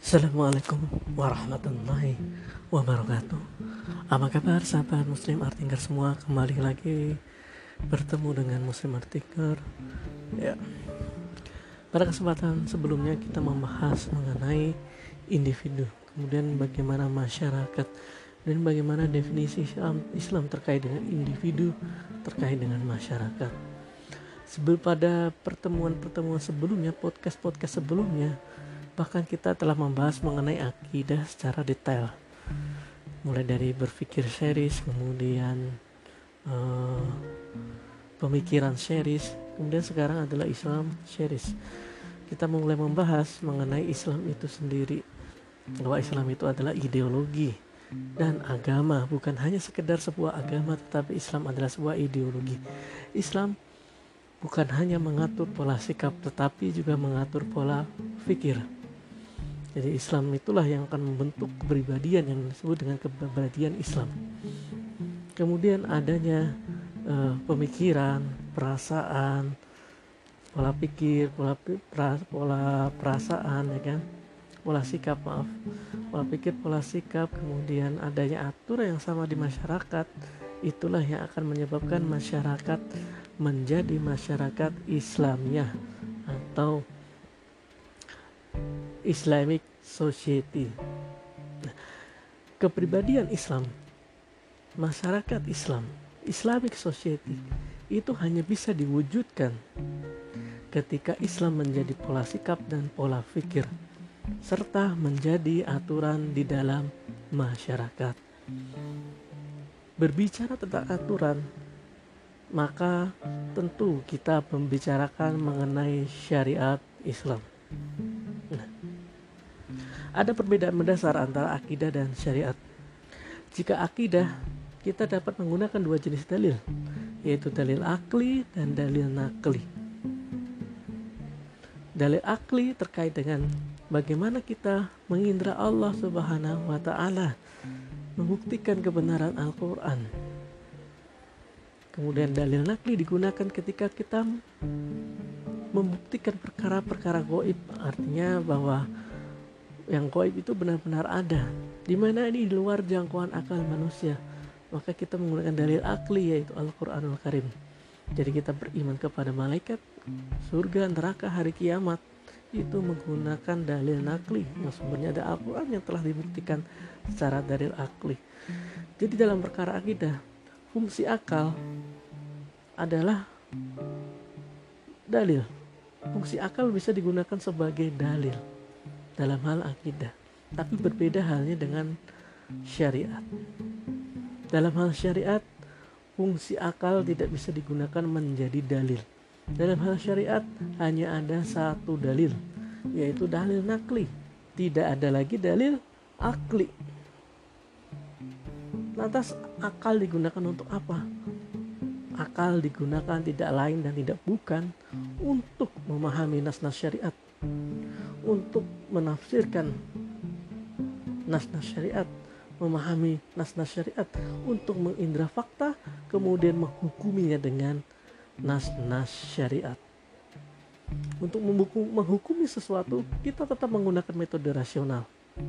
Assalamualaikum warahmatullahi wabarakatuh. Apa kabar sahabat Muslim Artinger semua? Kembali lagi bertemu dengan Muslim Artinger. Ya. Pada kesempatan sebelumnya kita membahas mengenai individu, kemudian bagaimana masyarakat, dan bagaimana definisi Islam terkait dengan individu, terkait dengan masyarakat. Pada pertemuan sebelumnya, podcast sebelumnya, bahkan kita telah membahas mengenai akidah secara detail, mulai dari berpikir series, kemudian pemikiran series, kemudian sekarang adalah Islam series. Kita mulai membahas mengenai Islam itu sendiri, bahwa Islam itu adalah ideologi dan agama, bukan hanya sekedar sebuah agama, tetapi Islam adalah sebuah ideologi. Islam bukan hanya mengatur pola sikap, tetapi juga mengatur pola pikir. Jadi Islam itulah yang akan membentuk kepribadian yang disebut dengan kepribadian Islam. Kemudian adanya pemikiran, perasaan, pola pikir, pola perasaan, ya kan? Pola sikap, pola pikir, pola sikap, kemudian adanya aturan yang sama di masyarakat. Itulah yang akan menyebabkan masyarakat menjadi masyarakat Islamiyah atau Islamic Society. Nah, kepribadian Islam, masyarakat Islam, Islamic Society itu hanya bisa diwujudkan ketika Islam menjadi pola sikap dan pola pikir, serta menjadi aturan di dalam masyarakat. Berbicara tentang aturan, maka tentu kita membicarakan mengenai syariat Islam. Nah, ada perbedaan mendasar antara akidah dan syariat. Jika akidah, kita dapat menggunakan dua jenis dalil, yaitu dalil akli dan dalil nakli. Dalil akli terkait dengan bagaimana kita mengindra Allah Subhanahu wa Ta'ala, membuktikan kebenaran Al-Quran. Kemudian dalil nakli digunakan ketika kita membuktikan perkara-perkara gaib, artinya bahwa yang gaib itu benar-benar ada, di mana ini di luar jangkauan akal manusia. Maka kita menggunakan dalil akli, yaitu Al-Quranul Karim. Jadi kita beriman kepada malaikat, surga, neraka, hari kiamat, itu menggunakan dalil nakli yang sumbernya ada Al-Quran yang telah dibuktikan secara dalil akli. Jadi dalam perkara akidah, fungsi akal adalah dalil. Fungsi akal bisa digunakan sebagai dalil dalam hal akidah, tapi berbeda halnya dengan syariat. Dalam hal syariat, fungsi akal tidak bisa digunakan menjadi dalil. Dalam hal syariat hanya ada satu dalil, yaitu dalil nakli. Tidak ada lagi dalil akli. Lantas akal digunakan untuk apa? Akal digunakan tidak lain dan tidak bukan untuk memahami nas-nas syariat, untuk menafsirkan nas-nas syariat, memahami nas-nas syariat, untuk mengindra fakta, kemudian menghukuminya dengan nas-nas syariat. Untuk menghukumi sesuatu, kita tetap menggunakan metode rasional.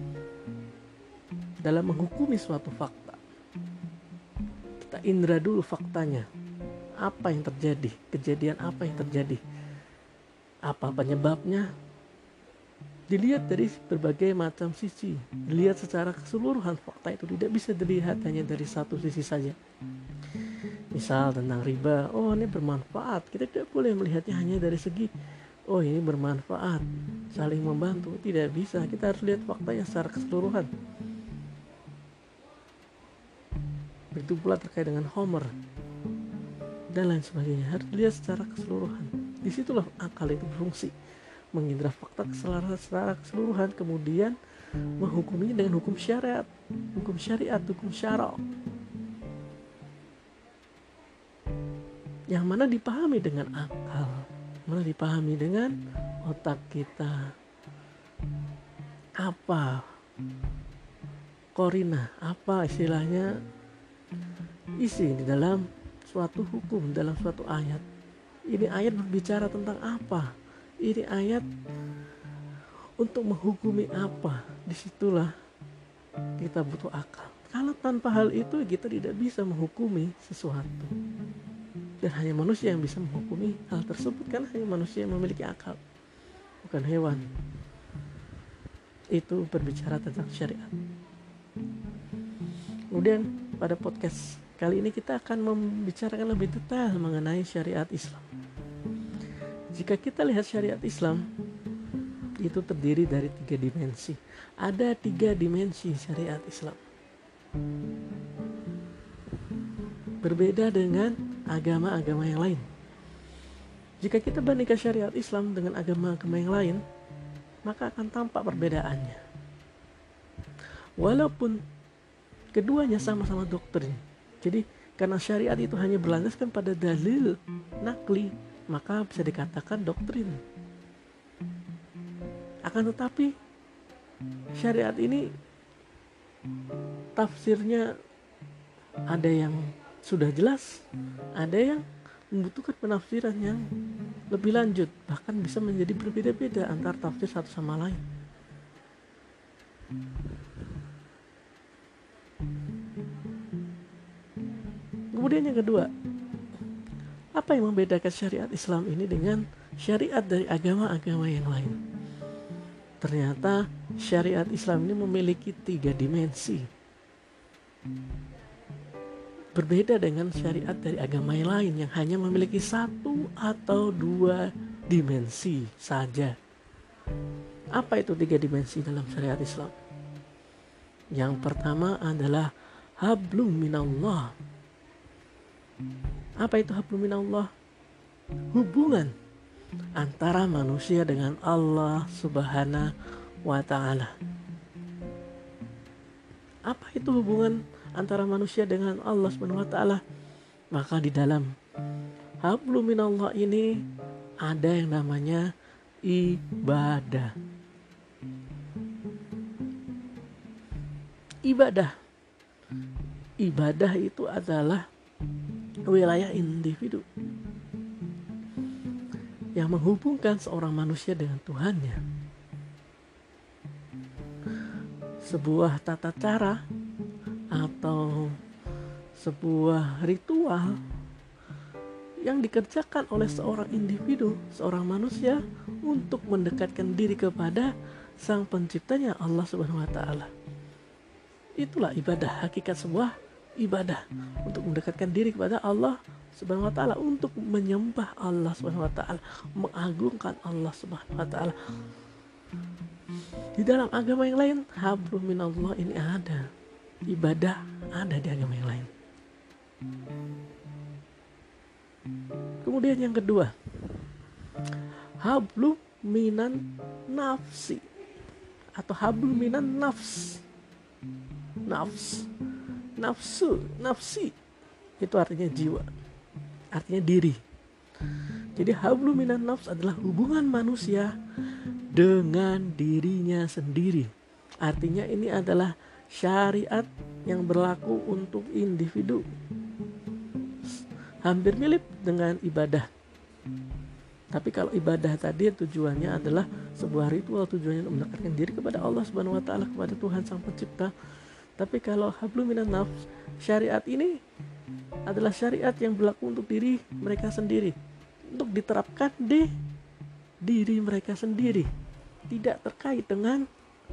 Dalam menghukumi suatu fakta, kita indra dulu faktanya. Apa yang terjadi? Kejadian apa yang terjadi? Apa penyebabnya? Dilihat dari berbagai macam sisi. Dilihat secara keseluruhan. Fakta itu tidak bisa dilihat hanya dari satu sisi saja. Misal tentang riba, oh ini bermanfaat. Kita tidak boleh melihatnya hanya dari segi, oh ini bermanfaat, saling membantu. Tidak bisa, kita harus lihat faktanya secara keseluruhan. Begitu pula terkait dengan Homer dan lain sebagainya, harus dilihat secara keseluruhan. Disitulah akal itu berfungsi, mengindra fakta secara keseluruhan, kemudian menghukuminya dengan hukum syariat, hukum syara', yang mana dipahami dengan akal, mana dipahami dengan otak kita. Apa korina, apa istilahnya isi di dalam suatu hukum, dalam suatu ayat. Ini ayat berbicara tentang apa? Ini ayat Untuk menghukumi apa? Disitulah kita butuh akal. Kalau tanpa hal itu kita tidak bisa menghukumi sesuatu. Dan hanya manusia yang bisa menghukumi hal tersebut, karena hanya manusia yang memiliki akal, bukan hewan. Itu berbicara tentang syariat. Kemudian pada podcast kali ini kita akan membicarakan lebih detail mengenai syariat Islam. Jika kita lihat syariat Islam, itu terdiri dari 3 dimensi. Ada 3 dimensi syariat Islam. Berbeda dengan agama-agama yang lain. Jika kita bandingkan syariat Islam dengan agama-agama yang lain, maka akan tampak perbedaannya. Walaupun keduanya sama-sama doktrin. Jadi karena syariat itu hanya berlandaskan pada dalil nakli, maka bisa dikatakan doktrin. Akan tetapi syariat ini tafsirnya ada yang sudah jelas, ada yang membutuhkan penafsiran yang lebih lanjut, bahkan bisa menjadi berbeda-beda antar tafsir satu sama lain. Kemudian yang kedua, apa yang membedakan syariat Islam ini dengan syariat dari agama-agama yang lain? Ternyata syariat Islam ini memiliki 3 dimensi. Berbeda dengan syariat dari agama yang lain yang hanya memiliki 1 atau 2 dimensi saja. Apa itu 3 dimensi dalam syariat Islam? Yang pertama adalah hablum minallah. Apa itu hablum minallah? Hubungan antara manusia dengan Allah Subhanahu wa ta'ala. Apa itu hubungan antara manusia dengan Allah Subhanahu wa ta'ala? Maka di dalam hablum minallah ini ada yang namanya ibadah. Ibadah itu adalah wilayah individu yang menghubungkan seorang manusia dengan Tuhannya. Sebuah tata cara atau sebuah ritual yang dikerjakan oleh seorang individu, seorang manusia untuk mendekatkan diri kepada Sang Penciptanya, Allah Subhanahu wa ta'ala. Itulah ibadah, hakikat sebuah ibadah, untuk mendekatkan diri kepada Allah Subhanahu wa ta'ala, untuk menyembah Allah Subhanahu wa ta'ala, mengagungkan Allah Subhanahu wa ta'ala. Di dalam agama yang lain, hablum minallah ini ada. Ibadah ada di agama yang lain. Kemudian yang kedua, hablum minan nafsi atau hablum minan nafsi itu artinya jiwa, artinya diri. Jadi hablum minan nafs adalah hubungan manusia dengan dirinya sendiri. Artinya ini adalah syariat yang berlaku untuk individu. Hampir mirip dengan ibadah. Tapi kalau ibadah tadi tujuannya adalah sebuah ritual, tujuannya untuk mendekatkan diri kepada Allah Subhanahu wa ta'ala, kepada Tuhan Sang Pencipta. Tapi kalau hablum minan nafs, syariat ini adalah syariat yang berlaku untuk diri mereka sendiri, untuk diterapkan di diri mereka sendiri, tidak terkait dengan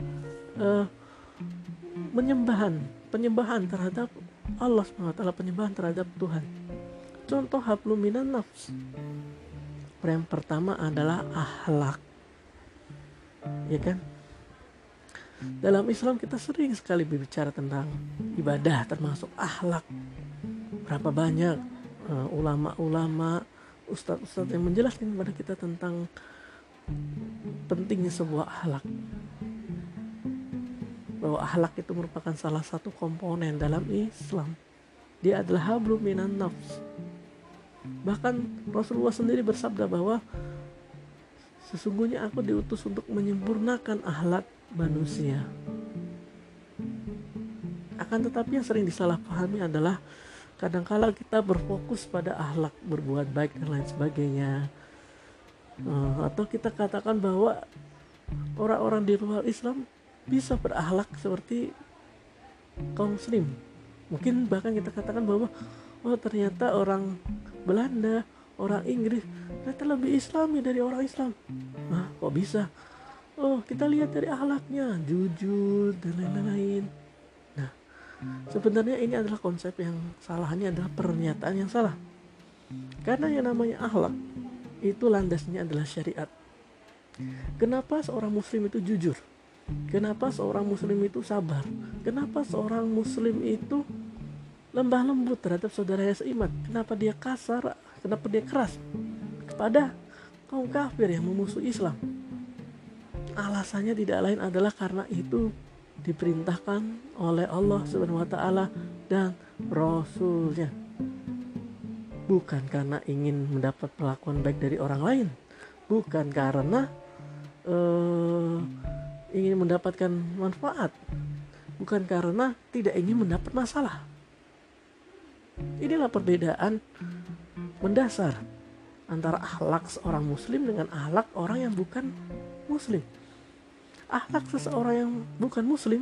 penyembahan terhadap Allah Subhanahu wa ta'ala, penyembahan terhadap Tuhan. Contoh hablum minan nafs, yang pertama adalah akhlak, ya kan? Dalam Islam kita sering sekali berbicara tentang ibadah, termasuk akhlak. Berapa banyak ulama-ulama, ustadz-ustadz yang menjelaskan kepada kita tentang pentingnya sebuah akhlak, bahwa akhlak itu merupakan salah satu komponen dalam Islam. Dia adalah hablum minan nafs. Bahkan Rasulullah sendiri bersabda bahwa sesungguhnya aku diutus untuk menyempurnakan akhlak manusia. Akan tetapi yang sering disalahpahami adalah kadang-kala kita berfokus pada akhlak, berbuat baik dan lain sebagainya, atau kita katakan bahwa orang-orang di luar Islam bisa berakhlak seperti kaum muslim. Mungkin bahkan kita katakan bahwa oh ternyata orang Belanda, orang Inggris ternyata lebih islami dari orang Islam. Nah, kok bisa? Oh, kita lihat dari akhlaknya, jujur dan lain-lain. Nah, sebenarnya ini adalah konsep yang salahnya adalah pernyataan yang salah. Karena yang namanya akhlak itu landasnya adalah syariat. Kenapa seorang muslim itu jujur? Kenapa seorang muslim itu sabar? Kenapa seorang muslim itu lembah lembut terhadap saudaranya seiman? Kenapa dia kasar? Kenapa dia keras kepada kaum kafir yang memusuhi Islam? Alasannya tidak lain adalah karena itu diperintahkan oleh Allah Subhanahu wa taala dan Rasulnya. Bukan karena ingin mendapat perlakuan baik dari orang lain, bukan karena ingin mendapatkan manfaat, bukan karena tidak ingin mendapat masalah. Inilah perbedaan mendasar antara akhlak seorang muslim dengan akhlak orang yang bukan muslim. Akhlak seseorang yang bukan muslim,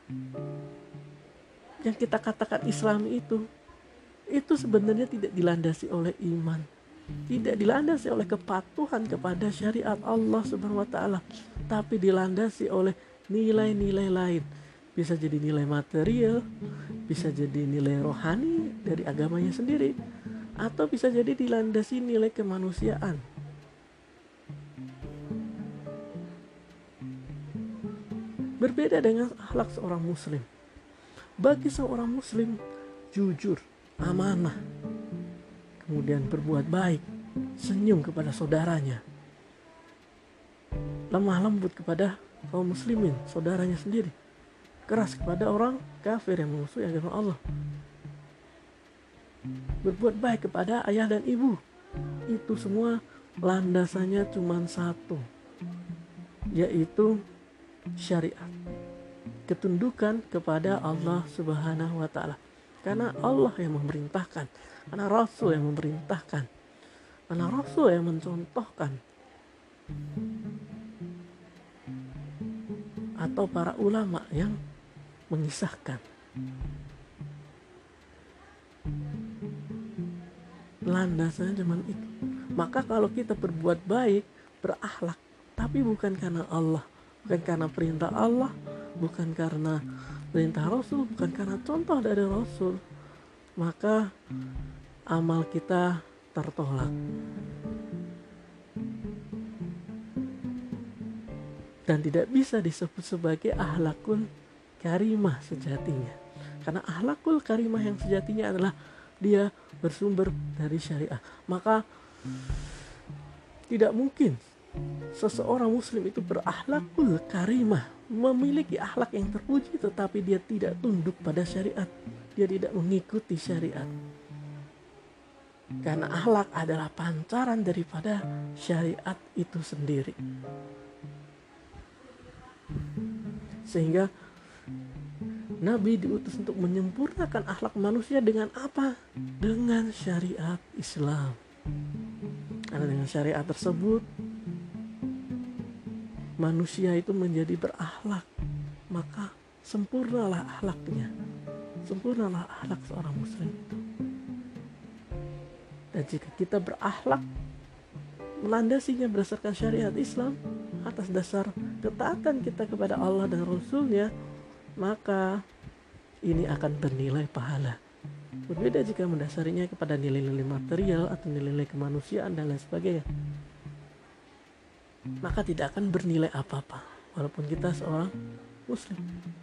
yang kita katakan Islam itu sebenarnya tidak dilandasi oleh iman, tidak dilandasi oleh kepatuhan kepada syariat Allah Subhanahu wa taala, tapi dilandasi oleh nilai-nilai lain. Bisa jadi nilai material, bisa jadi nilai rohani dari agamanya sendiri, atau bisa jadi dilandasi nilai kemanusiaan. Berbeda dengan akhlak seorang muslim. Bagi seorang muslim, jujur, amanah, kemudian berbuat baik, senyum kepada saudaranya, lemah lembut kepada kaum muslimin, saudaranya sendiri, keras kepada orang kafir yang memusuhi agama Allah, berbuat baik kepada ayah dan ibu. Itu semua landasannya cuma satu, yaitu syariat, ketundukan kepada Allah Subhanahu wa taala. Karena Allah yang memerintahkan, karena Rasul yang memerintahkan, karena Rasul yang mencontohkan, atau para ulama yang mengisahkan. Landasannya cuma itu. Maka kalau kita berbuat baik, berakhlak, tapi bukan karena Allah, bukan karena perintah Allah, bukan karena perintah Rasul, bukan karena contoh dari Rasul, maka amal kita tertolak dan tidak bisa disebut sebagai akhlakul karimah sejatinya. Karena akhlakul karimah yang sejatinya adalah dia bersumber dari syariah. Maka tidak mungkin seseorang muslim itu berakhlakul karimah, memiliki akhlak yang terpuji, tetapi dia tidak tunduk pada syariat, dia tidak mengikuti syariat. Karena akhlak adalah pancaran daripada syariat itu sendiri. Sehingga Nabi diutus untuk menyempurnakan akhlak manusia dengan apa? Dengan syariat Islam. Karena dengan syariat tersebut manusia itu menjadi berakhlak, maka sempurnalah akhlaknya, sempurnalah akhlak seorang muslim itu. Dan jika kita berakhlak melandasinya berdasarkan syariat Islam, atas dasar ketaatan kita kepada Allah dan Rasulnya, maka ini akan bernilai pahala. Berbeda jika mendasarinya kepada nilai-nilai material atau nilai-nilai kemanusiaan dan lain sebagainya, maka tidak akan bernilai apa-apa walaupun kita seorang muslim.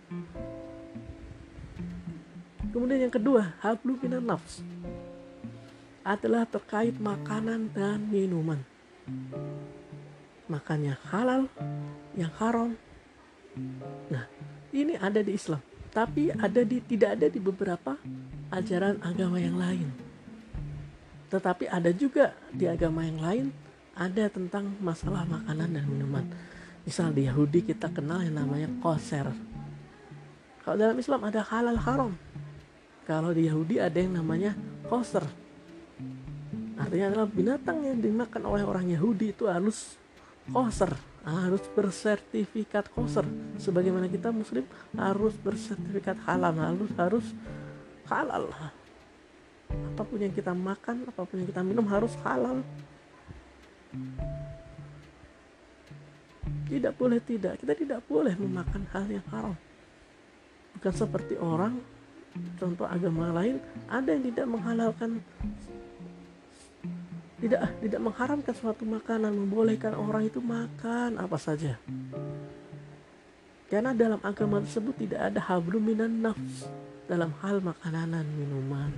Kemudian yang kedua, hablu minan nafs, adalah terkait makanan dan minuman. Makannya halal, yang haram. Nah, ini ada di Islam, tapi tidak ada di beberapa ajaran agama yang lain. Tetapi ada juga di agama yang lain, ada tentang masalah makanan dan minuman. Misal di Yahudi kita kenal yang namanya koser. Kalau dalam Islam ada halal haram. Kalau di Yahudi ada yang namanya koser. Artinya adalah binatang yang dimakan oleh orang Yahudi itu harus koser, harus bersertifikat kosher, sebagaimana kita muslim harus bersertifikat halal, harus halal. Apapun yang kita makan, apapun yang kita minum harus halal. Tidak boleh tidak, kita tidak boleh memakan hal yang haram. Bukan seperti orang, contoh agama lain, ada yang tidak menghalalkan, tidak mengharamkan suatu makanan, membolehkan orang itu makan apa saja. Karena dalam agama tersebut tidak ada hablum minan nafs dalam hal makanan dan minuman.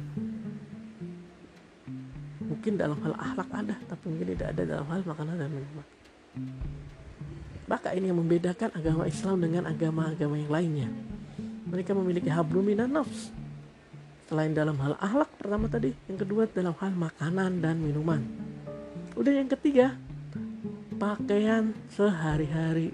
Mungkin dalam hal akhlak ada, tapi mungkin tidak ada dalam hal makanan dan minuman. Maka ini yang membedakan agama Islam dengan agama-agama yang lainnya. Mereka memiliki hablum minan nafs. Selain dalam hal akhlak pertama tadi, yang kedua dalam hal makanan dan minuman. Udah yang ketiga, pakaian sehari-hari.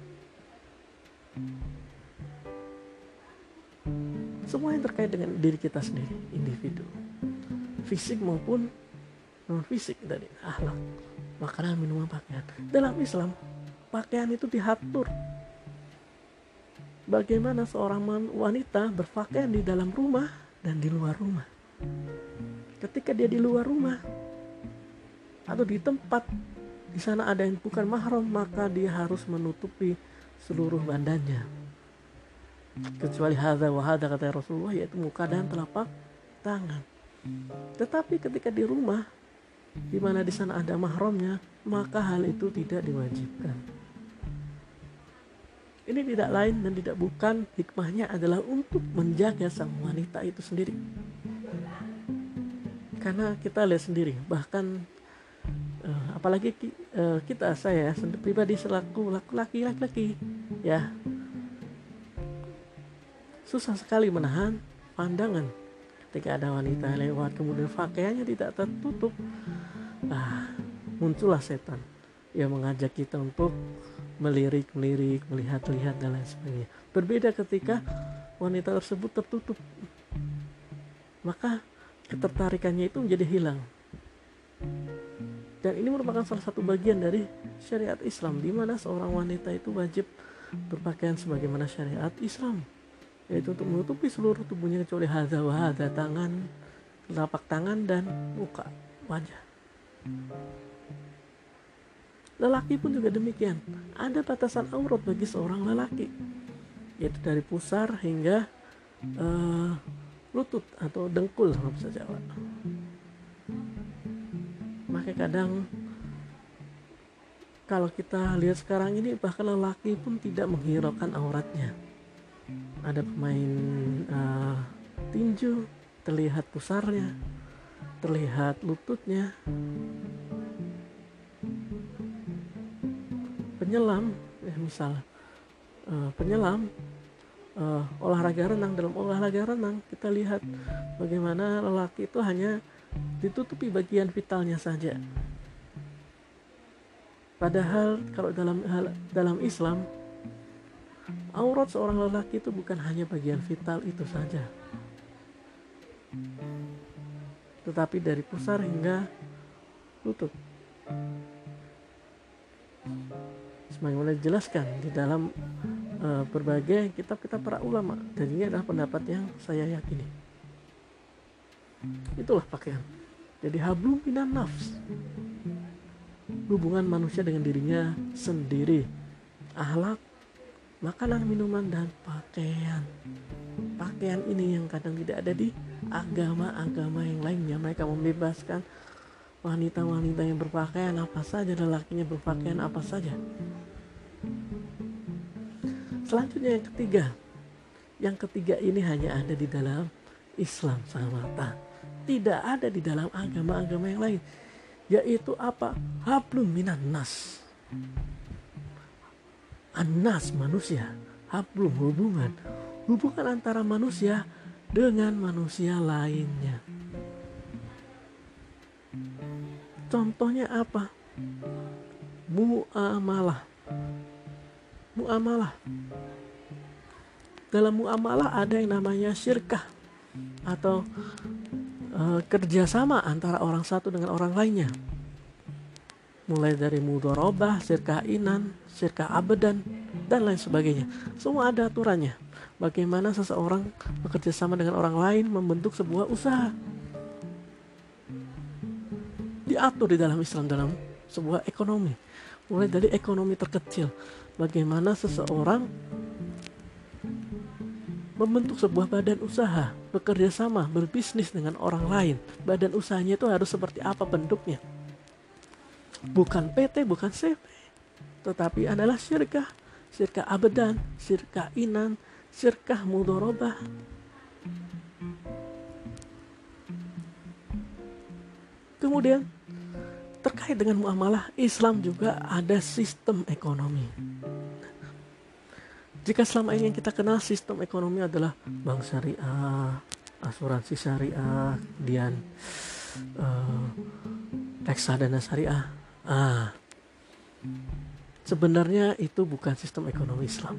Semua yang terkait dengan diri kita sendiri, individu, fisik maupun non fisik, dari akhlak, makanan, minuman, pakaian. Dalam Islam, pakaian itu diatur. Bagaimana seorang wanita berpakaian di dalam rumah dan di luar rumah. Ketika dia di luar rumah atau di tempat di sana ada yang bukan mahram, maka dia harus menutupi seluruh badannya. Kecuali hadza wa hadza, kata Rasulullah, yaitu muka dan telapak tangan. Tetapi ketika di rumah, di mana di sana ada mahramnya, maka hal itu tidak diwajibkan. Ini tidak lain dan tidak bukan, hikmahnya adalah untuk menjaga sang wanita itu sendiri. Karena kita lihat sendiri, bahkan apalagi saya pribadi selaku laki-laki, ya, susah sekali menahan pandangan ketika ada wanita lewat kemudian pakaiannya tidak tertutup. Muncullah setan yang mengajak kita untuk melirik, melihat-lihat dan lain sebagainya. Berbeda ketika wanita tersebut tertutup, maka ketertarikannya itu menjadi hilang. Dan ini merupakan salah satu bagian dari syariat Islam, di mana seorang wanita itu wajib berpakaian sebagaimana syariat Islam, yaitu untuk menutupi seluruh tubuhnya kecuali hadza wa hadza, tangan, telapak tangan dan muka, wajah. Lelaki pun juga demikian. Ada batasan aurat bagi seorang lelaki, yaitu dari pusar hingga lutut atau dengkul, bahasa Jawa. Maka kadang kalau kita lihat sekarang ini, bahkan lelaki pun tidak menghiraukan auratnya. Ada pemain tinju, terlihat pusarnya, terlihat lututnya. Penyelam, misal penyelam olahraga renang, dalam olahraga renang kita lihat bagaimana lelaki itu hanya ditutupi bagian vitalnya saja. Padahal kalau dalam Islam, aurat seorang lelaki itu bukan hanya bagian vital itu saja, tetapi dari pusar hingga lutut. Sebagaimana dijelaskan di dalam berbagai kitab-kitab para ulama, dan ini adalah pendapat yang saya yakini. Itulah pakaian. Jadi hablum minan nafs, hubungan manusia dengan dirinya sendiri, akhlak, makanan, minuman, dan pakaian. Pakaian ini yang kadang tidak ada di agama-agama yang lainnya. Mereka membebaskan wanita-wanita yang berpakaian apa saja, lelakinya berpakaian apa saja. Selanjutnya yang ketiga ini hanya ada di dalam Islam semata, tidak ada di dalam agama-agama yang lain, yaitu apa? Hablum minan nas. An-nas, manusia. Hablum, hubungan antara manusia dengan manusia lainnya. Contohnya apa? Muamalah. Dalam muamalah ada yang namanya syirkah atau kerjasama antara orang satu dengan orang lainnya. mulai dari mudharabah, syirkah inan, syirkah abadan, dan lain sebagainya. Semua ada aturannya. Bagaimana seseorang bekerja sama dengan orang lain membentuk sebuah usaha. Diatur di dalam Islam dalam sebuah ekonomi. Mulai dari ekonomi terkecil. Bagaimana seseorang membentuk sebuah badan usaha, bekerja sama, berbisnis dengan orang lain. Badan usahanya itu harus seperti apa bentuknya. Bukan PT, bukan CV, tetapi adalah syirkah abadan, syirkah inan, syirkah mudharabah. Kemudian terkait dengan muamalah, Islam juga ada sistem ekonomi. Jika selama ini yang kita kenal sistem ekonomi adalah bank syariah, asuransi syariah, kemudian reksadana syariah, sebenarnya itu bukan sistem ekonomi Islam.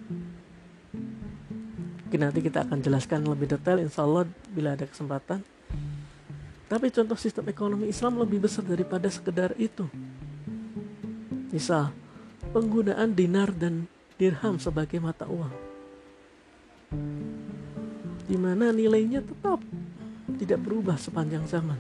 Nanti kita akan jelaskan lebih detail insya Allah bila ada kesempatan. Tapi contoh sistem ekonomi Islam lebih besar daripada sekedar itu. Misal, penggunaan dinar dan dirham sebagai mata uang, di mana nilainya tetap tidak berubah sepanjang zaman.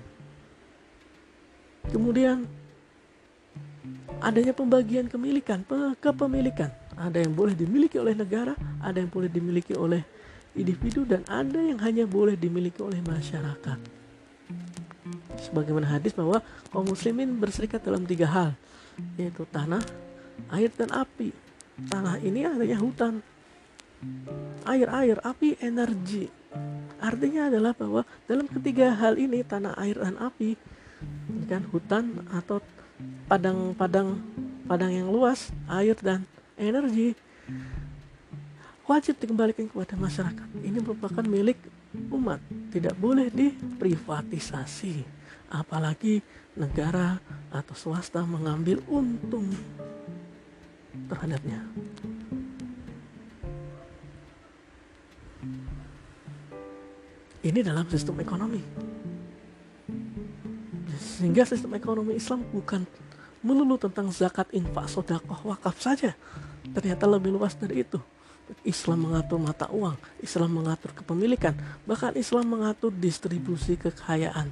Kemudian adanya pembagian kepemilikan. Ada yang boleh dimiliki oleh negara, ada yang boleh dimiliki oleh individu, dan ada yang hanya boleh dimiliki oleh masyarakat. Sebagaimana hadis bahwa kaum muslimin berserikat dalam 3 hal, yaitu tanah, air, dan api. Tanah ini artinya hutan, air, api, energi. Artinya adalah bahwa dalam ketiga hal ini, tanah, air, dan api, kan, hutan atau padang yang luas, air, dan energi, wajib dikembalikan kepada masyarakat. Ini merupakan milik umat, tidak boleh diprivatisasi, apalagi negara atau swasta mengambil untung terhadapnya. Ini dalam sistem ekonomi. Sehingga sistem ekonomi Islam bukan melulu tentang zakat, infak, sedekah, wakaf saja. Ternyata lebih luas dari itu. Islam mengatur mata uang, Islam mengatur kepemilikan, bahkan Islam mengatur distribusi kekayaan.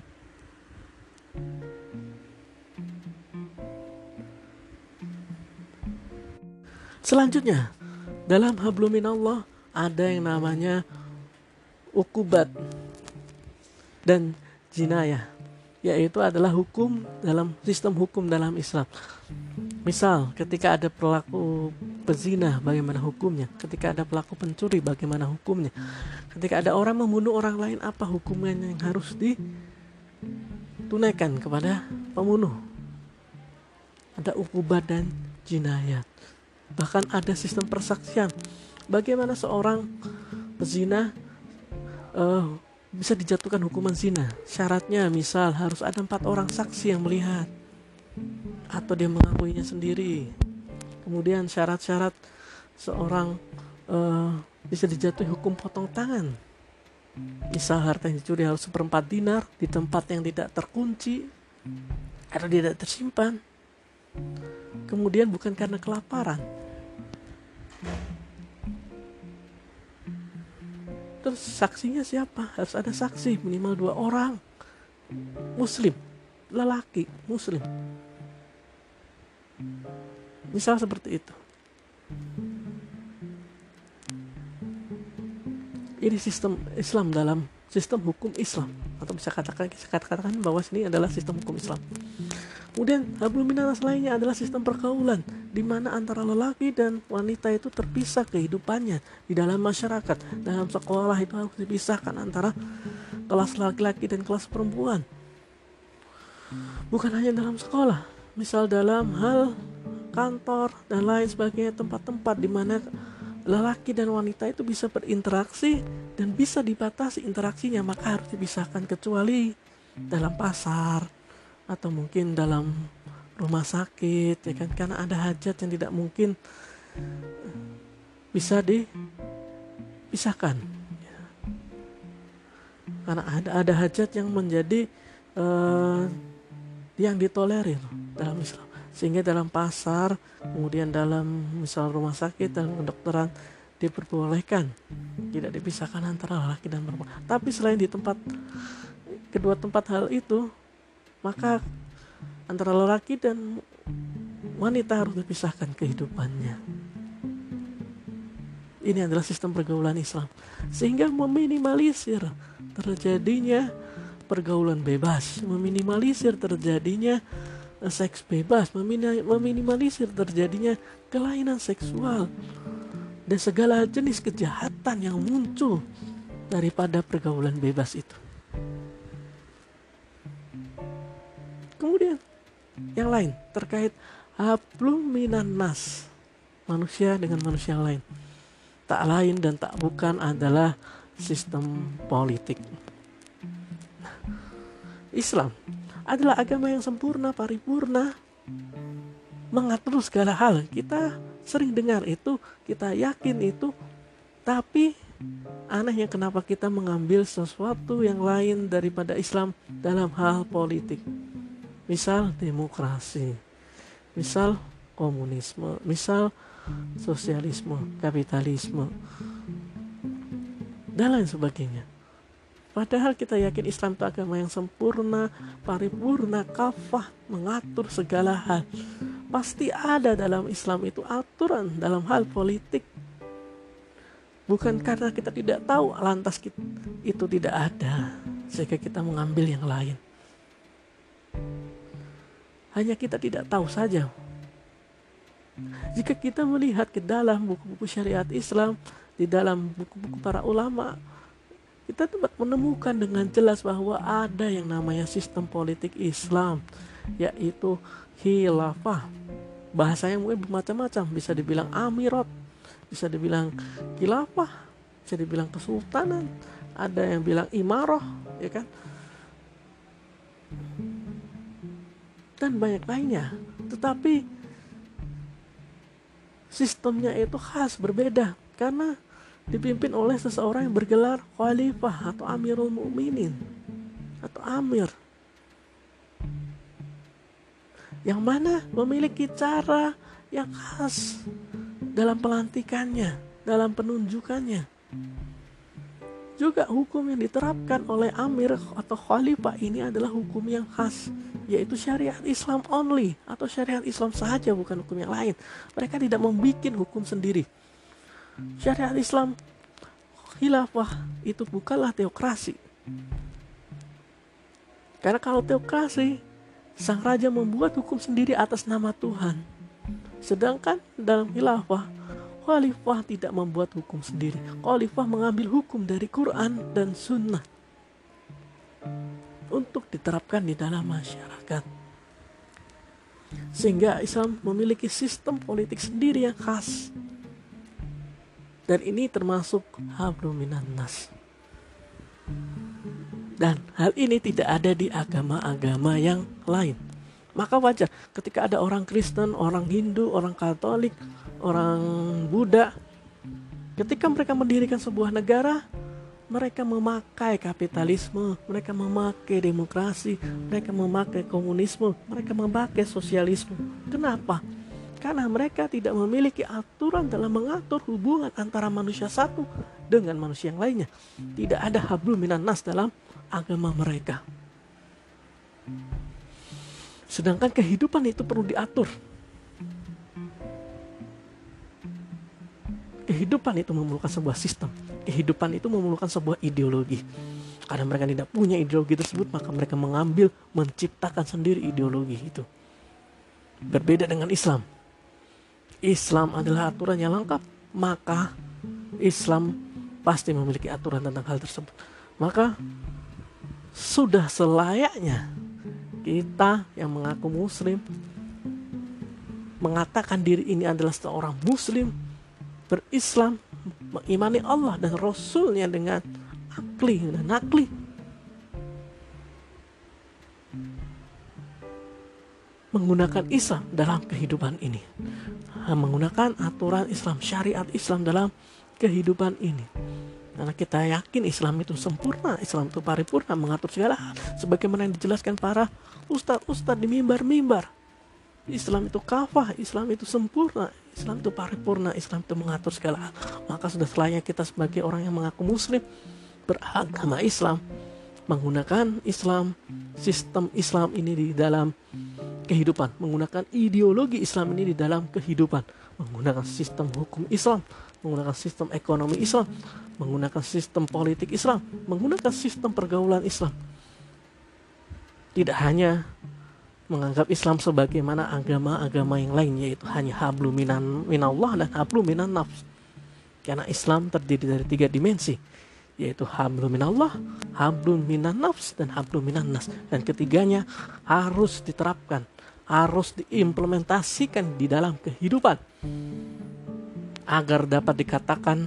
Selanjutnya, dalam hablum minallah ada yang namanya ukubat dan jinayah, yaitu adalah hukum dalam sistem hukum dalam Islam. Misal, ketika ada pelaku pezina, bagaimana hukumnya? Ketika ada pelaku pencuri, bagaimana hukumnya? Ketika ada orang membunuh orang lain, apa hukumnya yang harus ditunaikan kepada pembunuh? Ada ukubat dan jinayat. Bahkan ada sistem persaksian. Bagaimana seorang pezina bisa dijatuhkan hukuman zina? Syaratnya misal harus ada 4 orang saksi yang melihat, atau dia mengakuinya sendiri. Kemudian syarat-syarat seorang bisa dijatuhi hukum potong tangan. Misal harta yang dicuri harus 1/4 dinar di tempat yang tidak terkunci atau tidak tersimpan. Kemudian bukan karena kelaparan. Terus saksinya siapa? Harus ada saksi minimal 2 orang muslim, lelaki muslim. Misal seperti itu. Ini sistem Islam dalam sistem hukum Islam, atau bisa katakan bahwa sini adalah sistem hukum Islam. Kemudian hablum minallah lainnya adalah sistem pergaulan, di mana antara lelaki dan wanita itu terpisah kehidupannya di dalam masyarakat. Dalam sekolah itu harus dipisahkan antara kelas laki-laki dan kelas perempuan. Bukan hanya dalam sekolah, misal dalam hal kantor dan lain sebagainya, tempat-tempat di mana lelaki dan wanita itu bisa berinteraksi dan bisa dibatasi interaksinya, maka harus dipisahkan, kecuali dalam pasar atau mungkin dalam rumah sakit, ya kan, karena ada hajat yang tidak mungkin bisa dipisahkan, ya. Karena ada hajat yang menjadi yang ditolerir dalam Islam. Sehingga dalam pasar, kemudian dalam misal rumah sakit dan kedokteran diperbolehkan, tidak dipisahkan antara laki dan perempuan. Tapi selain di kedua tempat hal itu, maka antara lelaki dan wanita harus dipisahkan kehidupannya. Ini adalah sistem pergaulan Islam, sehingga meminimalisir terjadinya pergaulan bebas, meminimalisir terjadinya seks bebas, meminimalisir terjadinya kelainan seksual dan segala jenis kejahatan yang muncul daripada pergaulan bebas itu. Kemudian yang lain terkait hablum minan nas, manusia dengan manusia lain, tak lain dan tak bukan adalah sistem politik. Islam adalah agama yang sempurna, paripurna, mengatur segala hal. Kita sering dengar itu, kita yakin itu, tapi anehnya kenapa kita mengambil sesuatu yang lain daripada Islam dalam hal politik. Misal demokrasi, misal komunisme, misal sosialisme, kapitalisme, dan lain sebagainya. Padahal kita yakin Islam itu agama yang sempurna, paripurna, kafah, mengatur segala hal. Pasti ada dalam Islam itu aturan dalam hal politik. Bukan karena kita tidak tahu, lantas itu tidak ada, sehingga kita mengambil yang lain. Hanya kita tidak tahu saja. Jika kita melihat ke dalam buku-buku syariat Islam, di dalam buku-buku para ulama, kita dapat menemukan dengan jelas bahwa ada yang namanya sistem politik Islam, yaitu khilafah. Bahasanya mungkin bermacam-macam, bisa dibilang amirat, bisa dibilang khilafah, bisa dibilang kesultanan, ada yang bilang imarah, ya kan? Dan banyak lainnya. Tetapi sistemnya itu khas, berbeda, karena dipimpin oleh seseorang yang bergelar khalifah atau amirul mu'minin atau amir, yang mana memiliki cara yang khas dalam pelantikannya, dalam penunjukannya. Juga hukum yang diterapkan oleh amir atau khalifah ini adalah hukum yang khas, yaitu syariat Islam only, atau syariat Islam saja, bukan hukum yang lain. Mereka tidak membuat hukum sendiri. Syariat Islam khilafah itu bukanlah teokrasi. Karena kalau teokrasi, sang raja membuat hukum sendiri atas nama Tuhan. Sedangkan dalam khilafah, khalifah tidak membuat hukum sendiri. Khalifah mengambil hukum dari Quran dan Sunnah untuk diterapkan di dalam masyarakat. Sehingga Islam memiliki sistem politik sendiri yang khas. Dan ini termasuk hablum minan nas. Dan hal ini tidak ada di agama-agama yang lain. Maka wajar ketika ada orang Kristen, orang Hindu, orang Katolik, orang Buddha, ketika mereka mendirikan sebuah negara, mereka memakai kapitalisme, mereka memakai demokrasi, mereka memakai komunisme, mereka memakai sosialisme. Kenapa? Karena mereka tidak memiliki aturan dalam mengatur hubungan antara manusia satu dengan manusia yang lainnya. Tidak ada hablum minan nas dalam agama mereka. Sedangkan kehidupan itu perlu diatur. Kehidupan itu memerlukan sebuah sistem. Kehidupan itu memerlukan sebuah ideologi. Karena mereka tidak punya ideologi tersebut, maka mereka mengambil, menciptakan sendiri ideologi itu. Berbeda dengan Islam. Islam adalah aturan yang lengkap, maka Islam pasti memiliki aturan tentang hal tersebut. Maka sudah selayaknya kita yang mengaku muslim mengatakan diri ini adalah seorang muslim, berislam, mengimani Allah dan Rasulnya dengan akli dan nakli. Menggunakan Islam dalam kehidupan ini, menggunakan aturan Islam, syariat Islam dalam kehidupan ini. Karena kita yakin Islam itu sempurna, Islam itu paripurna, mengatur segala hal, sebagaimana yang dijelaskan para ustadz-ustadz di mimbar-mimbar. Islam itu kafah, Islam itu sempurna, Islam itu paripurna, Islam itu mengatur segala hal. Maka sudah selayaknya kita sebagai orang yang mengaku muslim, beragama Islam, menggunakan Islam, sistem Islam ini di dalam kehidupan, menggunakan ideologi Islam ini di dalam kehidupan, menggunakan sistem hukum Islam, menggunakan sistem ekonomi Islam, menggunakan sistem politik Islam, menggunakan sistem pergaulan Islam. Tidak hanya menganggap Islam sebagaimana agama-agama yang lain, yaitu hanya hablum minallah dan hablum minan nafs. Karena Islam terdiri dari 3 dimensi, yaitu hablum minallah, hablum minan nafs, dan hablum minan nas. Dan ketiganya harus diterapkan, harus diimplementasikan di dalam kehidupan agar dapat dikatakan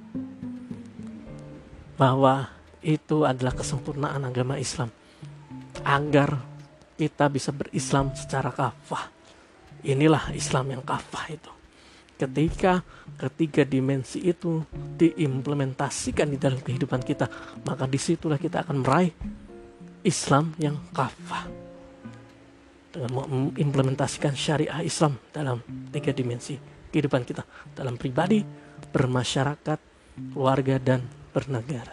bahwa itu adalah kesempurnaan agama Islam, agar kita bisa berislam secara kafah. Inilah Islam yang kafah itu. Ketika ketiga dimensi itu diimplementasikan di dalam kehidupan kita, maka disitulah kita akan meraih Islam yang kafah, dengan mengimplementasikan syariah Islam dalam 3 dimensi kehidupan kita, dalam pribadi, bermasyarakat, keluarga, dan bernegara.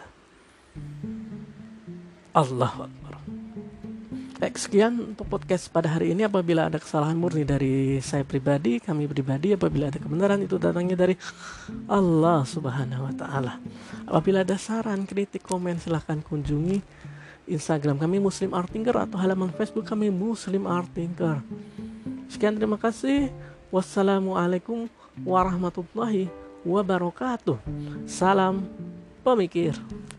Allahu Akbar. Baik, sekian untuk podcast pada hari ini. Apabila ada kesalahan murni dari saya pribadi, kami pribadi, apabila ada kebenaran itu datangnya dari Allah Subhanahu wa Ta'ala. Apabila ada saran, kritik, komen, silahkan kunjungi Instagram kami Muslim Art Thinker atau halaman Facebook kami Muslim Art Thinker. Sekian, terima kasih. Wassalamualaikum warahmatullahi wabarakatuh. Salam pemikir.